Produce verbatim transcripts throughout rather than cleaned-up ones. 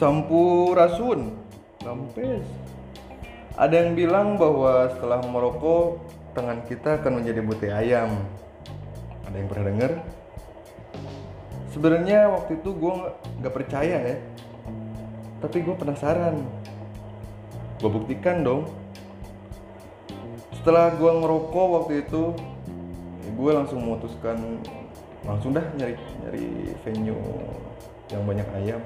Sampurasun, Lampes. Ada yang bilang bahwa setelah merokok, tangan kita akan menjadi butir ayam. Ada yang pernah dengar? Sebenarnya waktu itu gue nggak percaya ya, tapi gue penasaran. Gue buktikan dong. Setelah gue ngerokok waktu itu, gue langsung memutuskan langsung dah nyari nyari venue yang banyak ayam.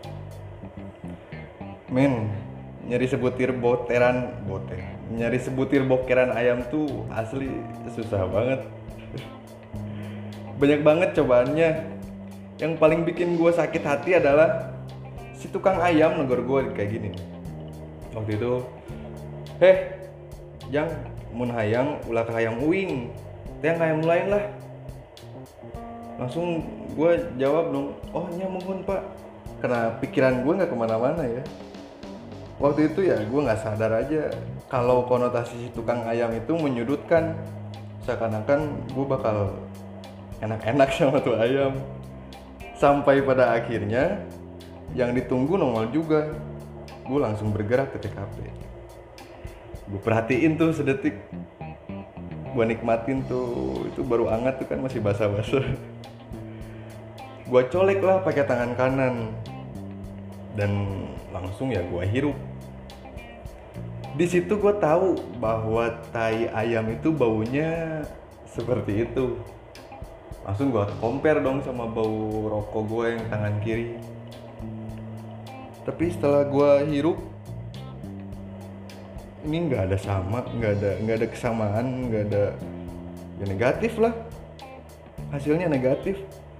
Men, nyari sebutir boteran boter, nyari sebutir bokeran ayam tuh asli susah banget. Banyak banget cobaannya. Yang paling bikin gue sakit hati adalah si tukang ayam negor gue kayak gini nih. Waktu itu, heh, jang mun hayang ulah ke hayam uing, teh ayam lain lah. Langsung gue jawab dong, oh nya mohon pak. Karena pikiran gue nggak kemana-mana ya. Waktu itu ya gue nggak sadar aja kalau konotasi si tukang ayam itu menyudutkan, seakan-akan gue bakal enak-enak sama tuh ayam. Sampai pada akhirnya yang ditunggu nongol juga. Gue langsung bergerak ke T K P. Gue perhatiin tuh sedetik, gue nikmatin tuh, itu baru hangat tuh kan, masih basah-basah. Gue colek lah pakai tangan kanan dan langsung ya gue hirup. Di situ gue tahu bahwa tai ayam itu baunya seperti itu. Langsung gue compare dong sama bau rokok gue yang tangan kiri. Tapi setelah gue hirup, ini nggak ada sama, nggak ada nggak ada kesamaan, nggak ada, ya negatif lah. Hasilnya negatif.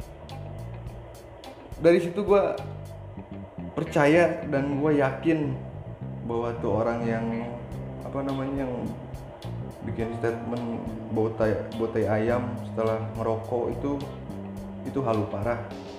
Dari situ gue percaya dan gue yakin bahwa tuh orang yang apa namanya yang bikin statement bau tai, bau tai ayam setelah merokok itu itu halu parah.